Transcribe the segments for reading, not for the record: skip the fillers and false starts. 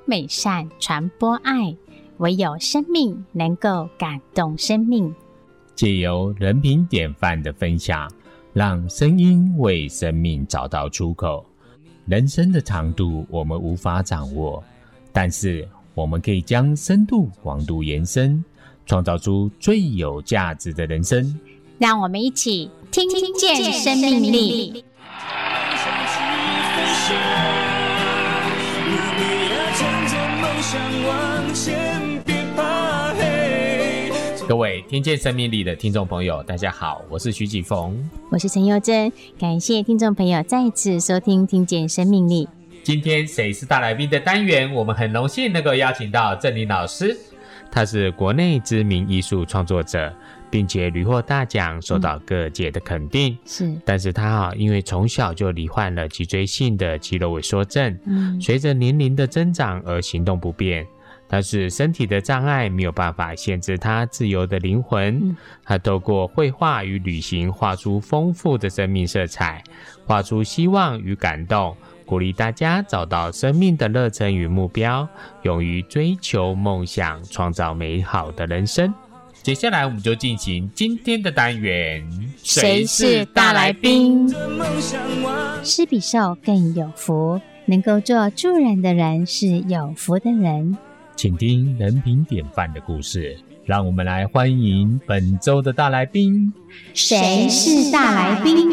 美善，传播爱，唯有生命能够感动生命。 借由人品典范的分享，让声音为生命找到出口。人生的长度我们无法掌握，但是我们可以将深度广度延伸，创造出最有价值的人生。 让我们一起听见生命力。 各位听见生命力的听众朋友，大家好，我是徐启逢， 我是陈佑珍，感谢听众朋友再次收听听见生命力。 今天谁是大来宾的单元，我们很荣幸能够邀请到郑琳老师，他是国内知名艺术创作者，并且屡获大奖，受到各界的肯定。 是， 但是他因为从小就罹患了脊椎性的肌肉萎缩症，随着年龄的增长而行动不便。但是身体的障碍没有办法限制他自由的灵魂，他透过绘画与旅行画出丰富的生命色彩，画出希望与感动，鼓励大家找到生命的热忱与目标，勇于追求梦想，创造美好的人生。接下来我们就进行今天的单元， 谁是大来宾？施比受更有福，能够做助人的人是有福的人。 请听人品典范的故事，让我们来欢迎本周的大来宾。 谁是大来宾？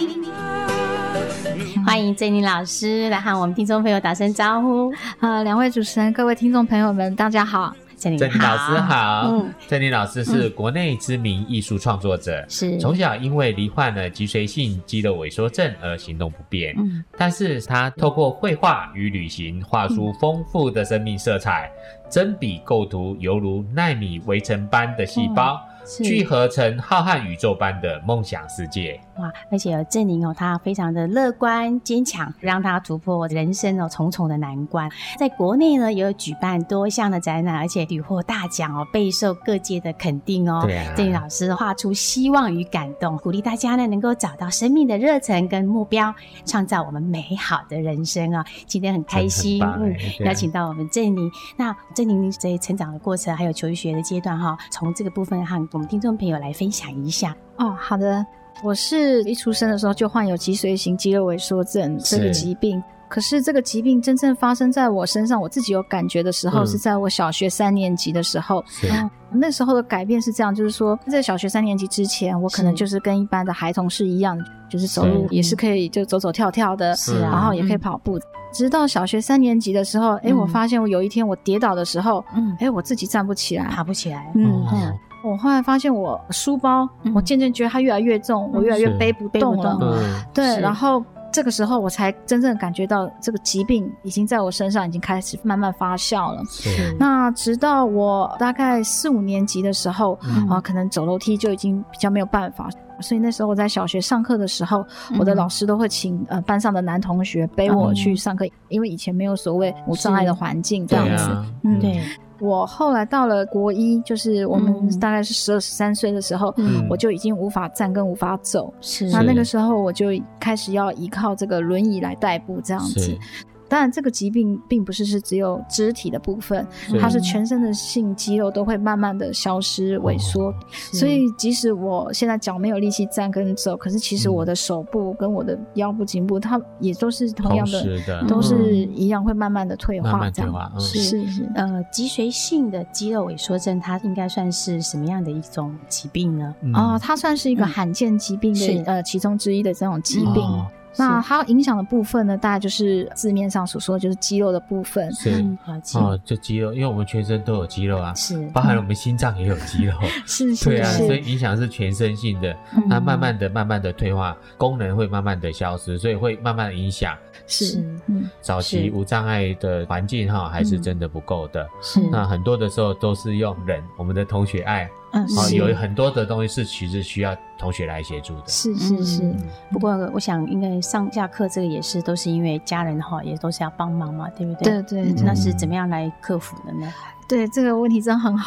欢迎郑琳老师来和我们听众朋友打声招呼。 两位主持人，各位听众朋友们，大家好。 郑琳老师好。郑琳老师是国内知名艺术创作者， 是从小因为罹患了脊髓性肌肉萎缩症而行动不便，但是他透过绘画与旅行画出丰富的生命色彩，针笔构图犹如奈米围城般的细胞，聚合成浩瀚宇宙般的梦想世界。 哇！而且郑琳他非常的乐观坚强，让他突破人生重重的难关。在国内呢，也有举办多项的展览，而且屡获大奖备受各界的肯定哦。 对啊， 郑琳老师画出希望与感动，鼓励大家呢能够找到生命的热忱跟目标，创造我们美好的人生哦。今天很开心，邀请到我们郑琳。那郑琳在成长的过程，还有求学的阶段从这个部分和我们听众朋友来分享一下。 好的。我是一出生的时候就患有脊髓型肌肉萎缩症这个疾病，可是这个疾病真正发生在我身上，我自己有感觉的时候，是在我小学3年级的时候。那时候的改变是这样，就是说在小学3年级之前，我可能就是跟一般的孩童是一样，就是走路也是可以就走走跳跳的，然后也可以跑步。直到小学3年级的时候，我发现我有一天我跌倒的时候，我自己站不起来， 爬不起来。 我后来发现我书包，我渐渐觉得它越来越重，我越来越背不动了。对，然后这个时候我才真正感觉到这个疾病已经在我身上已经开始慢慢发酵了。那直到我大概4、5年级的时候，可能走楼梯就已经比较没有办法。所以那时候我在小学上课的时候，我的老师都会请班上的男同学背我去上课，因为以前没有所谓无障碍的环境这样子。 对。 我后来到了国一，就是我们大概是12、13岁的时候，我就已经无法站跟无法走。那个时候我就开始要依靠这个轮椅来代步这样子。当然这个疾病并不是只有肢体的部分，它是全身的性肌肉都会慢慢的消失萎缩，所以即使我现在脚没有力气站跟走，可是其实我的手部跟我的腰部颈部它也都是同样的，都是一样会慢慢的退化这样。是脊髓性的肌肉萎缩症它应该算是什么样的一种疾病呢？ 它算是一个罕见疾病的其中之一的这种疾病。那它影响的部分呢，大概就是字面上所说的就是肌肉的部分。 就肌肉，因为我们全身都有肌肉啊，包含了我们心脏也有肌肉。对啊，所以影响是全身性的，它慢慢的退化，功能会慢慢的消失，所以会慢慢的影响。早期无障碍的环境还是真的不够的。那很多的时候都是用人，我们的同学爱。有很多的东西是其实需要同学来协助的。 是。 不过我想应该上下课这个也是都是因为家人也都是要帮忙嘛，对不对？ 对。 那是怎么样来克服的呢？ 对，这个问题真的很好。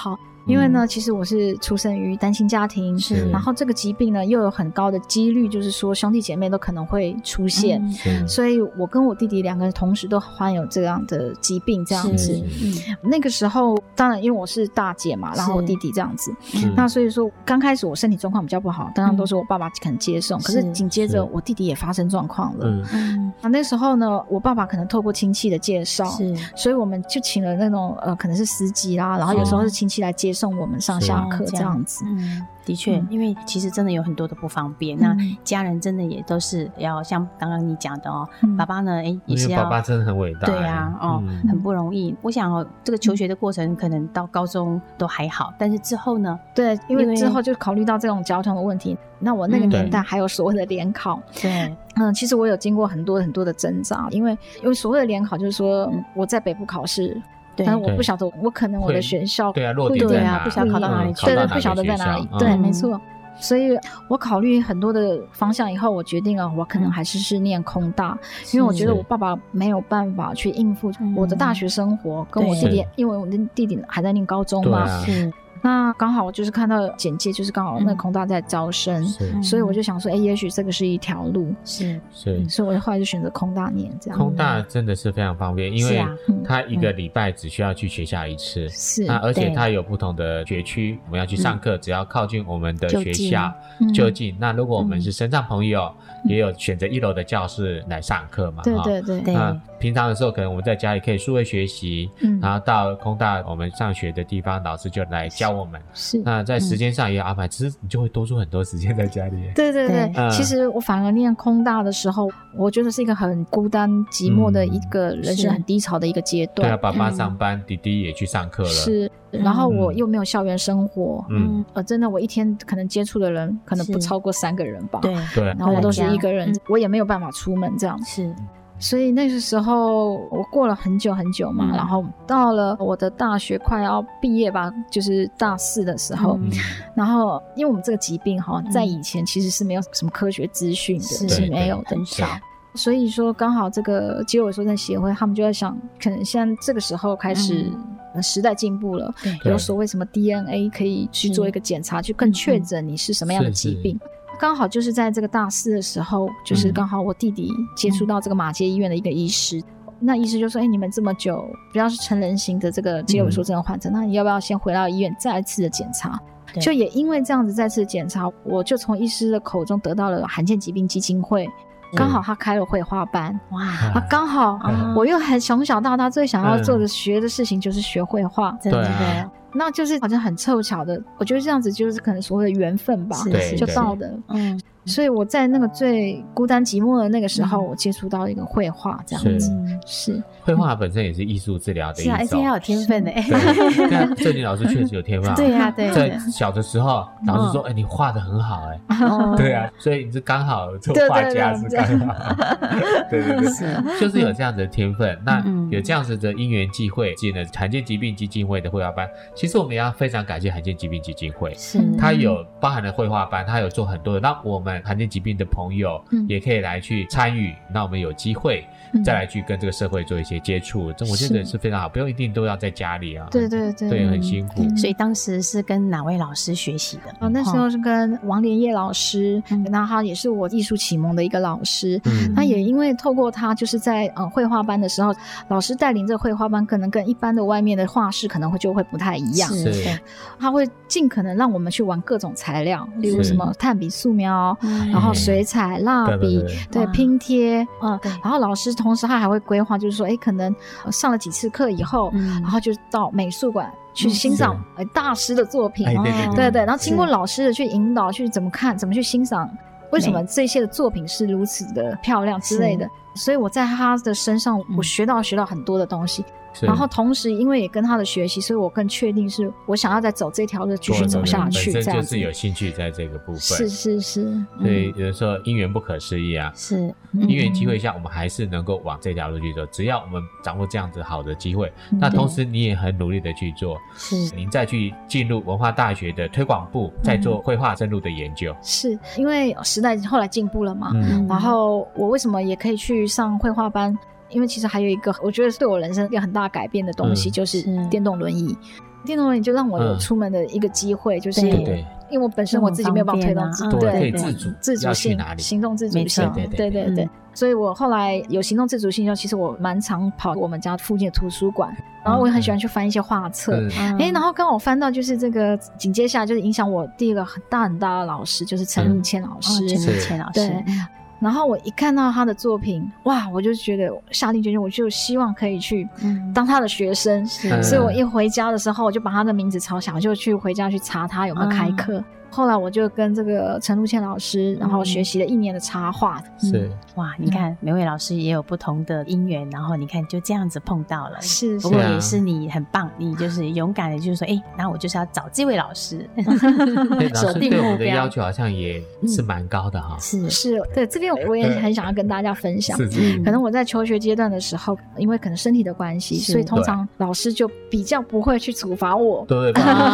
因为呢其实我是出生于单亲家庭，是，然后这个疾病呢又有很高的几率，就是说兄弟姐妹都可能会出现，所以我跟我弟弟2个人同时都患有这样的疾病这样子。那个时候当然因为我是大姐嘛，然后我弟弟这样子，那所以说刚开始我身体状况比较不好，当然都是我爸爸可能接送，可是紧接着我弟弟也发生状况了。那时候呢我爸爸可能透过亲戚的介绍，所以我们就请了那种可能是司机啦，然后有时候是亲戚来接送我们上下课这样子。 的确，因为其实真的有很多的不方便，那家人真的也都是要像刚刚你讲的哦，爸爸呢也是要， 因为爸爸真的很伟大， 对啊，很不容易。我想这个求学的过程可能到高中都还好，但是之后呢？ 对，因为之后就考虑到这种交通的问题，那我那个年代还有所谓的联考， 对， 其实我有经过很多很多的挣扎，因为所谓的联考就是说我在北部考试。但是我不晓得我可能我的学校对啊落点在哪， 不晓得考到哪里去， 对，不晓得在哪里，对，没错。所以我考虑很多的方向以后，我决定了我可能还是念空大，因为我觉得我爸爸没有办法去应付我的大学生活，跟我弟弟，因为我的弟弟还在念高中嘛，那刚好我就是看到简介，就是刚好那个空大在招生，所以我就想说也许这个是一条路，是，所以我后来就选择空大念这样。 空大真的是非常方便，因为他一个礼拜只需要去学校一次，是，那而且他有不同的学区，我们要去上课只要靠近我们的学校就近。那如果我们是身障朋友，也有选择1楼的教室来上课嘛， 对对对。 那平常的时候可能我们在家里可以数位学习，然后到空大我们上学的地方，老师就来教我们，是，那在时间上也有安排，只是你就会多出很多时间在家里。 对对对，其实我反而念空大的时候，我觉得是一个很孤单寂寞的一个人生很低潮的一个阶段。 对啊，爸爸上班，弟弟也去上课了， 是，然后我又没有校园生活，真的我一天可能接触的人可能不超过3个人吧， 对， 然后我都是一个人，我也没有办法出门这样，是。所以那个时候我过了很久很久嘛，然后到了我的大学快要毕业吧，就是大4的时候，然后因为我们这个疾病在以前其实是没有什么科学资讯的，是没有的，很少。所以说刚好这个肌肉萎缩症协会他们就在想，可能现在这个时候开始时代进步了，有所谓什么 DNA 可以去做一个检查，去更确诊你是什么样的疾病。刚好就是在这个大4的时候，就是刚好我弟弟接触到这个马偕医院的一个医师，那医师就说你们这么久比较是成人型的这个肌肉萎缩症的患者，那你要不要先回到医院再次的检查？就也因为这样子再次的检查，我就从医师的口中得到了罕见疾病基金会，刚好他开了绘画班，哇，刚好我又很从小到大最想要做的学的事情就是学绘画，真的对，那就是好像很凑巧的，我觉得这样子就是可能所谓的缘分吧，就到的，所以我在那个最孤单寂寞的那个时候，我接触到一个绘画这样子，是绘画本身也是艺术治疗的一种， 而且还有天分的， 对，郑林老师确实有天分， 对呀，对， 在小的时候，老师说，你画得很好，对啊，所以你是刚好做画家是刚好，对对对，就是有这样子的天分，那有这样子的因缘际会，进了罕见疾病基金会的绘画班，其实我们也要非常感谢罕见疾病基金会，是，它有包含了绘画班，它有做很多的，那我们罕见疾病的朋友也可以来去参与，那我们有机会再来去跟这个社会做一些接触，这我觉得是非常好，不用一定都要在家里啊， 对对对， 对，很辛苦。 所以当时是跟哪位老师学习的？ 那时候是跟王连叶老师，那他也是我艺术启蒙的一个老师，那也因为透过他就是在绘画班的时候，老师带领这个绘画班可能跟一般的外面的画室可能就会不太一样，是，他会尽可能让我们去玩各种材料，例如什么炭笔素描，然后水彩、蜡笔，对，拼贴，然后老师同时他还会规划，就是说，可能上了几次课以后，然后就到美术馆去欣赏大师的作品，对对，然后经过老师的去引导，去怎么看，怎么去欣赏，为什么这些的作品是如此的漂亮之类的。所以我在他的身上，我学到很多的东西。然后同时因为也跟他的学习，所以我更确定是我想要再走这条路继续走下去， 本身就是有兴趣在这个部分， 是是是， 所以有的时候因缘不可思议啊，是因缘机会下我们还是能够往这条路去走，只要我们掌握这样子好的机会，那同时你也很努力的去做，是您再去进入文化大学的推广部，再做绘画深入的研究， 是因为时代后来进步了嘛，然后我为什么也可以去上绘画班，因为其实还有一个我觉得是对我人生一个很大改变的东西，就是电动轮椅。 电动轮椅就让我有出门的一个机会，就是因为我本身我自己没有办法推动自己， 对，可以自主性， 行动自主性，对。所以我后来有行动自主性之后，其实我蛮常跑我们家附近的图书馆，然后我也很喜欢去翻一些画册，然后刚好翻到就是这个紧接下来就是影响我第一个很大的老师，就是陈露茜老师， 陈露茜老师， 对。然后我一看到他的作品，哇，我就觉得下定决心，我就希望可以去当他的学生，所以我一回家的时候，我就把他的名字抄下，我就回家去查他有没有开课。后来我就跟这个陈露茜老师，然后学习了1年的插画。 是哇，你看每位老师也有不同的因缘，然后你看就这样子碰到了。 是， 不过也是你很棒，你就是勇敢的，就是说，那我就是要找这位老师。 老师对我们的要求好像也是蛮高的哈。 是，对，这边我也很想要跟大家分享。可能我在求学阶段的时候，因为可能身体的关系，所以通常老师就比较不会去处罚我。 对。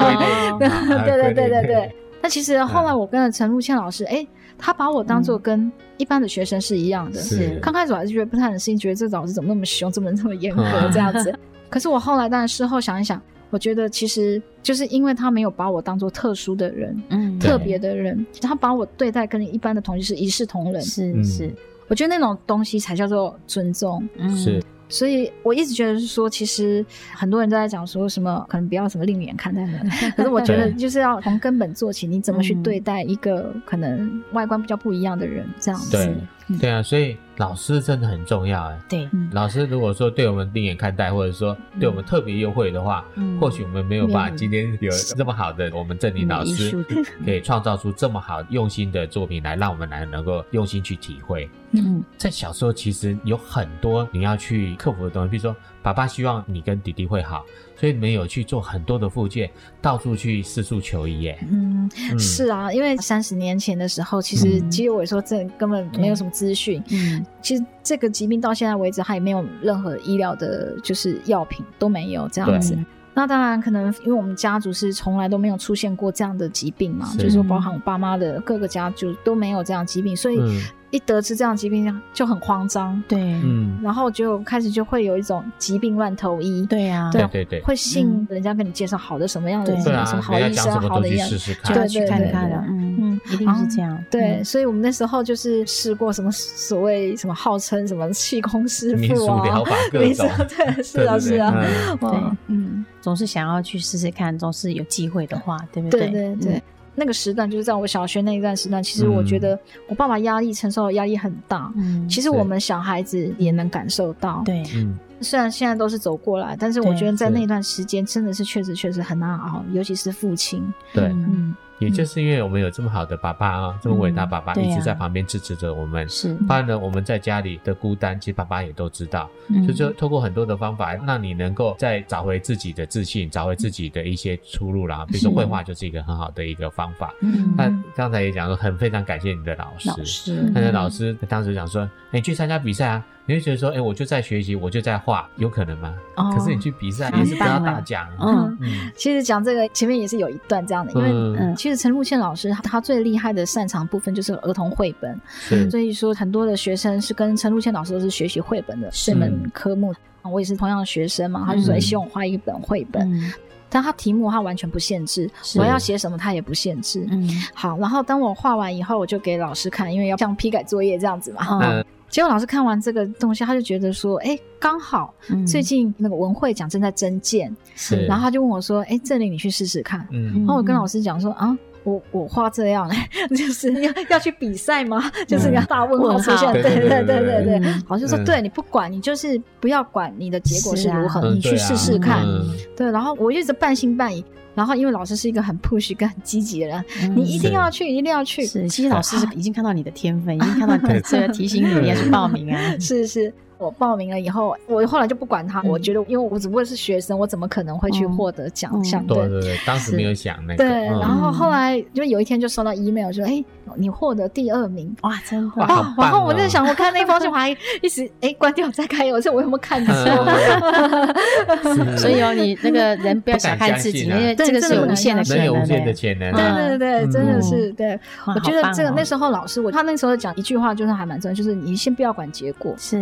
那其实后来我跟了陈露茜老师，他把我当作跟一般的学生是一样的。刚开始我还是觉得不太能适应，觉得这老师怎么那么凶，怎么那么严格这样子。可是我后来当然事后想一想，我觉得其实就是因为他没有把我当作特殊的人，特别的人，他把我对待跟一般的同学是一视同仁。 是， 我觉得那种东西才叫做尊重。 是。 所以我一直觉得是说，其实很多人都在讲说什么可能不要什么另眼看待人，可是我觉得就是要从根本做起，你怎么去对待一个可能外观比较不一样的人这样子。 对啊，所以老师真的很重要。 对， 老师如果说对我们另眼看待，或者说对我们特别优惠的话，或许我们没有办法今天有这么好的我们郑林老师可以创造出这么好用心的作品来，让我们来能够用心去体会。在小时候其实有很多你要去克服的东西，比如说爸爸希望你跟弟弟会好，所以你们有去做很多的复健，到处去四处求医耶。 是啊，因为30年前的时候，其实肌肉萎缩症根本没有什么资讯。其实这个疾病到现在为止，它也没有任何医疗的，就是药品都没有这样子。那当然可能因为我们家族是从来都没有出现过这样的疾病嘛，就是说包含我爸妈的各个家族都没有这样的疾病，所以一得知这样的疾病就很慌张。 对， 然后就开始就会有一种疾病乱投医。 对啊， 对， 会信人家跟你介绍好的什么样的什么好医生好的一样， 就要去看看了。一定是这样。 对，所以我们那时候就是试过什么所谓什么号称什么气功师傅啊， 民俗疗法各种。 对，是啊。 总是想要去试试看，总是有机会的话，对不对？ 对。那个时段就是在我小学那一段时段，其实我觉得我爸爸承受的压力很大。其实我们小孩子也能感受到。 对， 虽然现在都是走过来，但是我觉得在那段时间真的是确实很难熬，尤其是父亲。 对，也就是因为我们有这么好的爸爸啊，这么伟大爸爸一直在旁边支持着我们。是，不然呢，我们在家里的孤单，其实爸爸也都知道。就透过很多的方法，让你能够再找回自己的自信，找回自己的一些出路啦。比如说绘画就是一个很好的一个方法。那刚才也讲说，非常感谢你的老师。那老师当时讲说，你去参加比赛啊。你会觉得说，我就在学习，我就在画，有可能吗？可是你去比赛也是得到大奖。 其实讲这个前面也是有一段这样的，因为其实陈露茜老师他最厉害的擅长部分就是儿童绘本，所以说很多的学生是跟陈露茜老师都是学习绘本的这门科目。我也是同样的学生嘛，他就说希望我画一本绘本。但他题目他完全不限制，我要写什么他也不限制。好，然后当我画完以后，我就给老师看，因为要像批改作业这样子嘛。结果老师看完这个东西，他就觉得说，刚好最近那个文汇奖正在征件，然后他就问我说，郑玲你去试试看。然后我跟老师讲说，我画这样就是要去比赛吗？就是要大问号出现。对，老师说对，你不管，你就是不要管你的结果是如何，你去试试看。对，然后我一直半信半疑。然后因为老师是一个很 push 跟很积极的人，你一定要去，一定要去。 是，其实老师是已经看到你的天分，已经看到你的提醒你要去报名啊。 是。我报名了以后，我后来就不管他。我觉得，因为我只不过是学生，我怎么可能会去获得奖项？ 对，当时没有想那个。 对，然后后来就有一天就收到 email 说，你获得第2名。 哇，真的！ 然后我就想，我看那封信，我还一直关掉再开，我说我有没有看错？ 所以你那个人不要小看自己，因为这个是有无限的潜能， 有无限的潜能。 对，真的是对。我觉得这个那时候老师他那时候讲一句话，就是还蛮重要，就是你先不要管结果，反正你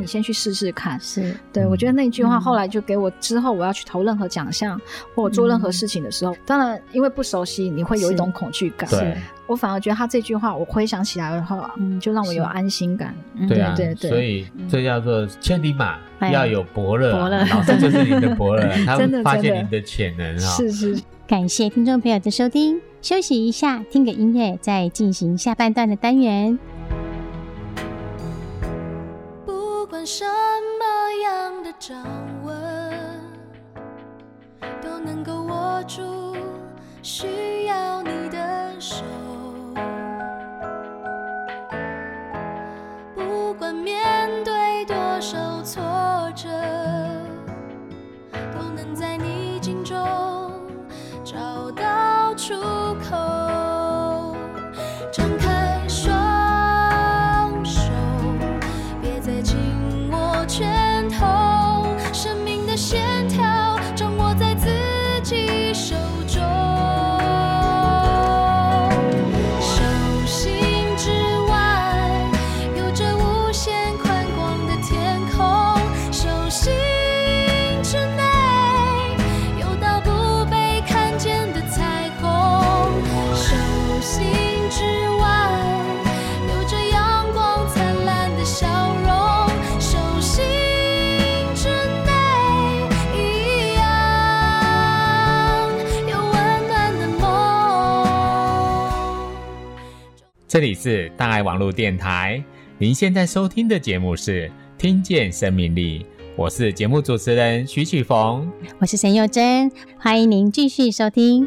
先去试试看。 是， 对，我觉得那句话后来就给我之后我要去投任何奖项或我做任何事情的时候，当然因为不熟悉你会有一种恐惧感， 对， 我反而觉得他这句话我回想起来的话，就让我有安心感。 对啊， 对对， 所以这叫做千里马要有伯乐，老师就是您的伯乐，他们发现您的潜能啊。 是是， 感谢听众朋友的收听，休息一下，听个音乐，再进行下半段的单元。 不管什么样的掌纹，都能够握住需要你的手。不管面对多少挫折，都能在逆境中找到出口。张开双手，别再紧握拳头，生命的线条掌握在自己手中。手心之外有着无限宽广的天空，手心之内有道不被看见的彩虹，手心之外有着阳光灿烂的笑容，手心之内一样有温暖的梦。 这里是大爱网络电台，您现在收听的节目是听见生命力，我是节目主持人徐启逢， 我是沈幼珍，欢迎您继续收听。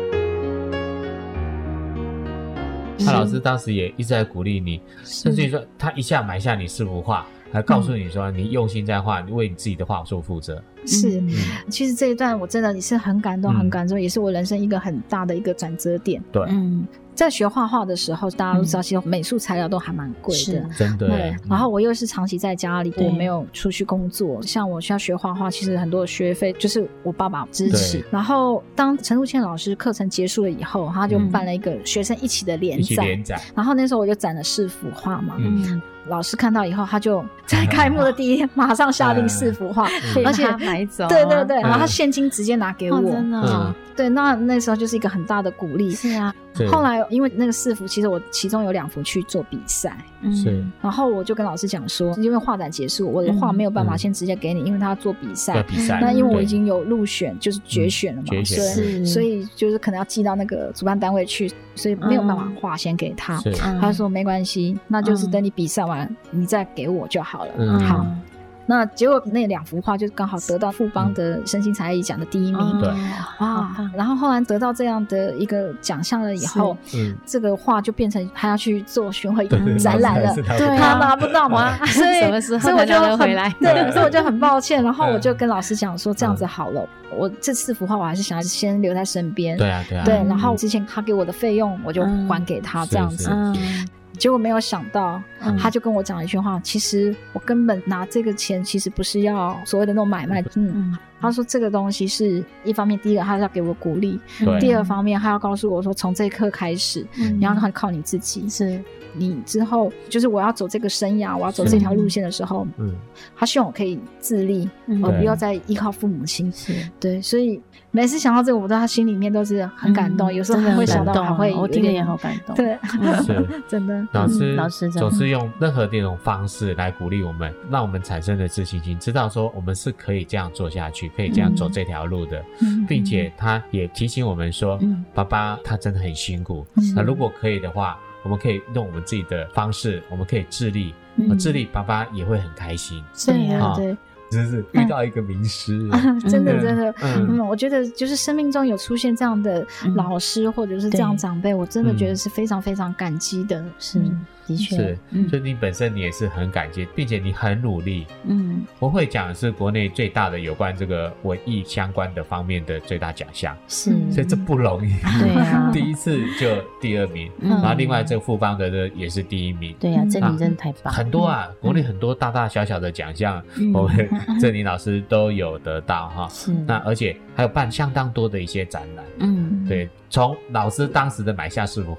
他老师当时也一直在鼓励你，甚至于说他一下买下你4幅画，还告诉你说你用心在画，你为你自己的画作负责。 是，其实这一段我真的也是很感动，很感动，也是我人生一个很大的一个转折点。 对， 在学画画的时候，大家都知道，其实美术材料都还蛮贵的， 真的。 对，然后我又是长期在家里，我没有出去工作。像我需要学画画，其实很多的学费就是我爸爸支持。然后当陈如倩老师课程结束了以后，他就办了一个学生一起的连载，然后那时候我就展了4幅画嘛。老师看到以后，他就在开幕的第一天马上下令4幅画，而且买走。 对对对，然后他现金直接拿给我， 真的。 对，那时候就是一个很大的鼓励。 是啊。 后来因为那个4幅，其实我其中有2幅去做比赛， 是。 然后我就跟老师讲说，因为画展结束，我的画没有办法先直接给你，因为他要做比赛。那因为我已经有入选，就是决选了嘛，所以就是可能要寄到那个主办单位去，所以没有办法画先给他。他就说没关系，那就是等你比赛完，你再给我就好了。好。那结果那2幅画就刚好得到富邦的身心才艺奖的第1名。 对啊，然后后来得到这样的一个奖项了以后，这个画就变成还要去做巡回展览了，对，他拿不到嘛，所以什么时候才能回来？ 对，所以我就很抱歉。然后我就跟老师讲说，这样子好了，我这4幅画我还是想要先留在身边。 对啊，对啊。 对，然后之前他给我的费用我就还给他，这样子。结果没有想到，他就跟我讲了一句话，其实我根本拿这个钱其实不是要所谓的那种买卖。他说这个东西是一方面，第一个他是要给我鼓励，第二方面他要告诉我说，从这一刻开始你要靠你自己，是你之后就是我要走这个生涯，我要走这条路线的时候，他希望我可以自立，而不要再依靠父母亲。对，所以每次想到这个，我在他心里面都是很感动，有时候还会想到，还会我听了也好感动。 对， 是真的。 老师总是用任何这种方式来鼓励我们，让我们产生的自信心，知道说我们是可以这样做下去，可以这样走这条路的，并且他也提醒我们说，爸爸他真的很辛苦，那如果可以的话，我们可以用我们自己的方式，我们可以致力，爸爸也会很开心。 对啊，对。 真是遇到一个名师， 真的真的，我觉得就是生命中有出现这样的老师或者是这样长辈，我真的觉得是非常非常感激的。 是，的确是，就你本身你也是很感激，并且你很努力。我会讲是国内最大的有关这个文艺相关的方面的最大奖项， 是， 所以这不容易。 对啊， 第一次就第2名，然后另外这个富邦的也是第1名。 对啊，这名真的太棒。 很多啊，国内很多大大小小的奖项，我们郑林老师都有得到哈。那而且还有办相当多的一些展览。对，从老师当时的买下4幅画，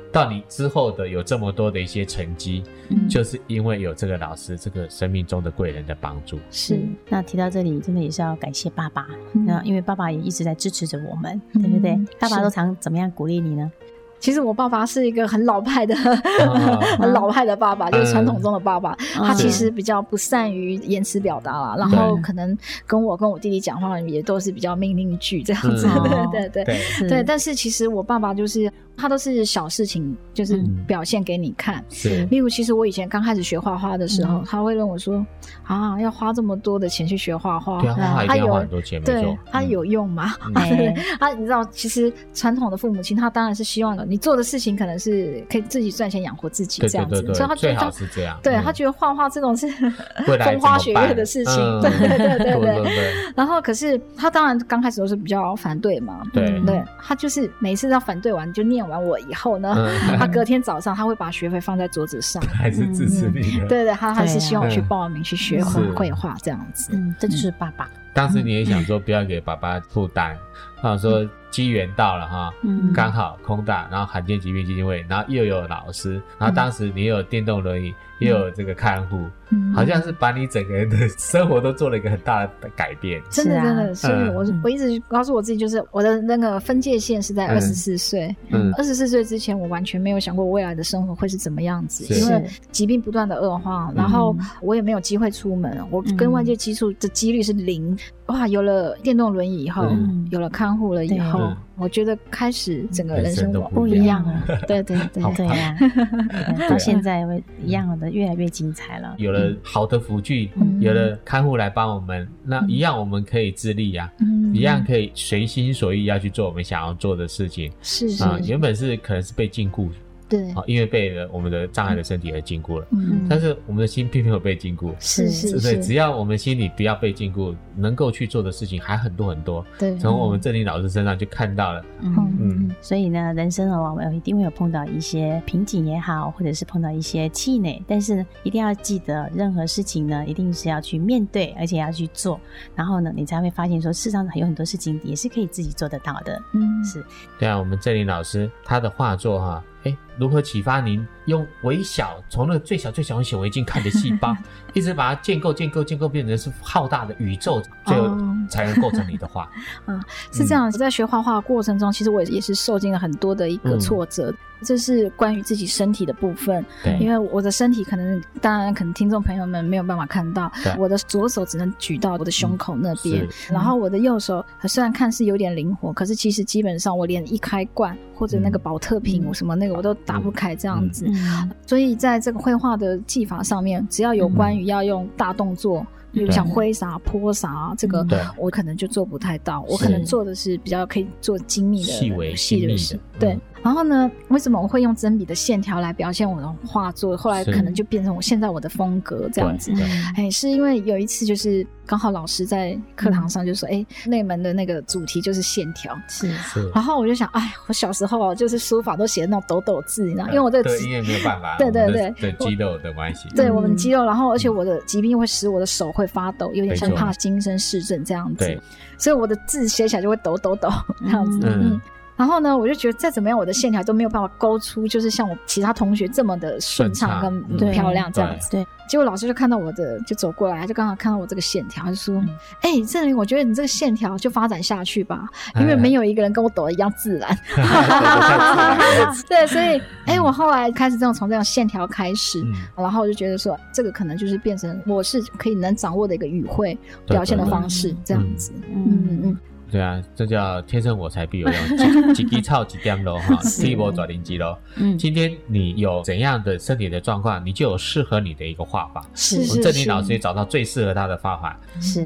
到你之后的有这么多的一些成绩，就是因为有这个老师，这个生命中的贵人的帮助。 是，那提到这里真的也是要感谢爸爸，那因为爸爸也一直在支持着我们，对不对？爸爸都常怎么样鼓励你呢？ 其实我爸爸是一个很老派的很老派的爸爸，就是传统中的爸爸，他其实比较不善于言辞表达啦，然后可能跟我弟弟讲话也都是比较命令句这样子，对，但是其实我爸爸就是他都是小事情就是表现给你看，例如其实我以前刚开始学画画的时候，他会跟我说要花这么多的钱去学画画， 对，画画一定要花很多钱， 对，他有用吗？他你知道其实传统的父母亲他当然是希望你做的事情可能是可以自己赚钱养活自己这样子， 对， 所以他最好是这样， 对，他觉得画画这种是风花雪月的事情，对。然后可是他当然刚开始都是比较反对嘛，对，他就是每次要反对完就念完我以后呢，他隔天早上他会把学费放在桌子上， 还是支持你的， 对，他还是希望我去报名去学绘画这样子， 这就是爸爸。 当时你也想说不要给爸爸负担，然后说机缘到了哈，刚好空大，然后罕见疾病基金会，然后又有老师，然后当时你有电动轮椅，也有这个看护，好像是把你整个人的生活都做了一个很大的改变。 真的，所以我一直告诉我自己，就是我的那个分界线是在24岁，24岁之前我完全没有想过未来的生活会是怎么样子，因为疾病不断的恶化，然后我也没有机会出门，我跟外界接触的几率是0。哇，有了电动轮椅以后，有了看护了以后，我觉得开始整个人生不一样了。对呀，到现在一样的越来越精彩了。 有了好的辅具，有了看护来帮我们，那一样我们可以自立啊，一样可以随心所欲要去做我们想要做的事情。 是原本是可能是被禁锢。 对， 因为被了我们的障碍的身体而禁锢了，但是我们的心并没有被禁锢，对，只要我们心里不要被禁锢，能够去做的事情还很多很多。对，从我们郑林老师身上就看到了。 所以呢，人生我们一定会有碰到一些瓶颈也好，或者是碰到一些气馁，但是呢，一定要记得，任何事情呢，一定是要去面对，而且要去做，然后呢，你才会发现说，事实上有很多事情也是可以自己做得到的。是。 对啊，我们郑林老师他的画作如何启发您用微小，从那个最小用显微镜看的细胞，一直把它建构变成是浩大的宇宙，最后才能构成你的画。 是这样，在学画画的过程中，其实我也是受尽了很多的一个挫折。这是关于自己身体的部分，因为我的身体当然可能听众朋友们没有办法看到，我的左手只能举到我的胸口那边，然后我的右手虽然看似有点灵活，可是其实基本上我连一开罐或者那个保特瓶什么那个我都打不开这样子，所以在这个绘画的技法上面，只要有关于要用大动作，比如像挥洒泼洒这个我可能就做不太到，我可能做的是比较可以做精密的细的事。对，然后呢，为什么我会用针笔的线条来表现我的画作，后来可能就变成现在我的风格这样子。是因为有一次就是刚好老师在课堂上就说那门的那个主题就是线条，是，然后我就想我小时候就是书法都写那种抖抖字，你知道，因为我这个因为没有办法， 对的肌肉的关系， 对我们肌肉，然后而且我的疾病会使我的手会发抖，有点像帕金森氏症这样子，所以我的字写起来就会抖抖抖这样子。然后呢，我就觉得再怎么样我的线条都没有办法勾出就是像我其他同学这么的顺畅跟漂亮这样子。对，结果老师就看到我的，就走过来，他就刚好看到我这个线条，他就说郑林，我觉得你这个线条就发展下去吧，因为没有一个人跟我抖的一样自然。对，所以我后来开始从这样线条开始，然后我就觉得说这个可能就是变成我是可以能掌握的一个语汇表现的方式这样子。 对啊，这叫天生我材必有用，几滴草几点咯第一波转零机咯。今天你有怎样的身体的状况，你就有适合你的一个画法。是，我们郑林老师也找到最适合他的画法。是，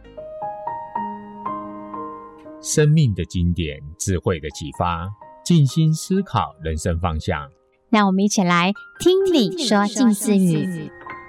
生命的经典，智慧的启发，静心思考人生方向。 让我们一起来听你说静思语，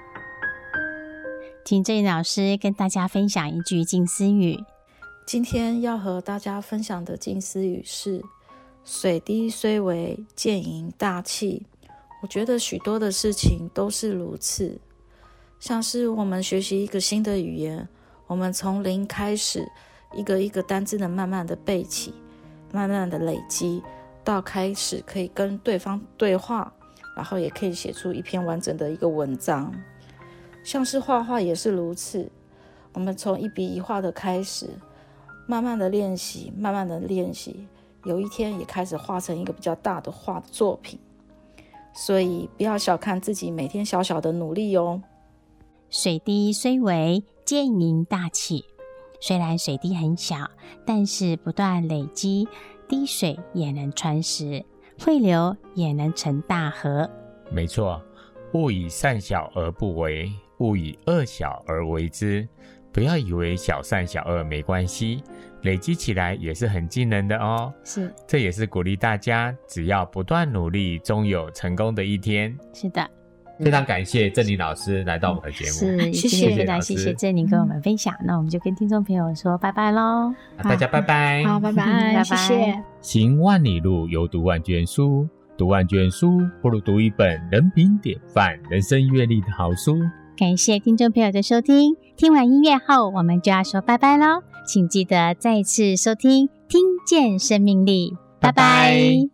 请郑林老师跟大家分享一句静思语。 今天要和大家分享的静思语是水滴虽微，渐盈大器。我觉得许多的事情都是如此，像是我们学习一个新的语言，我们从零开始，一个一个单字的慢慢的背起，慢慢的累积， 到开始可以跟对方对话，然后也可以写出一篇完整的一个文章。像是画画也是如此，我们从一笔一画的开始，慢慢的练习，慢慢的练习，有一天也开始画成一个比较大的画作品。所以不要小看自己每天小小的努力哦。 水滴虽微，渐盈大器。虽然水滴很小，但是不断累积，滴水也能穿石，汇流也能成大河。 没错，勿以善小而不为，勿以恶小而为之。不要以为小善小恶没关系，累积起来也是很惊人的哦。 是， 这也是鼓励大家，只要不断努力，终有成功的一天。 是的， 非常感谢郑宁老师来到我们的节目。 是， 谢谢非常谢谢郑宁跟我们分享。那我们就跟听众朋友说拜拜咯。 大家拜拜。 好，拜拜，谢谢。 行万里路，犹读万卷书，读万卷书不如读一本人品典范、人生阅历的好书。 感谢听众朋友的收听，听完音乐后我们就要说拜拜咯，请记得再次收听听见生命力，拜拜。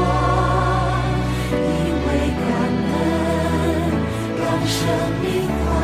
生命。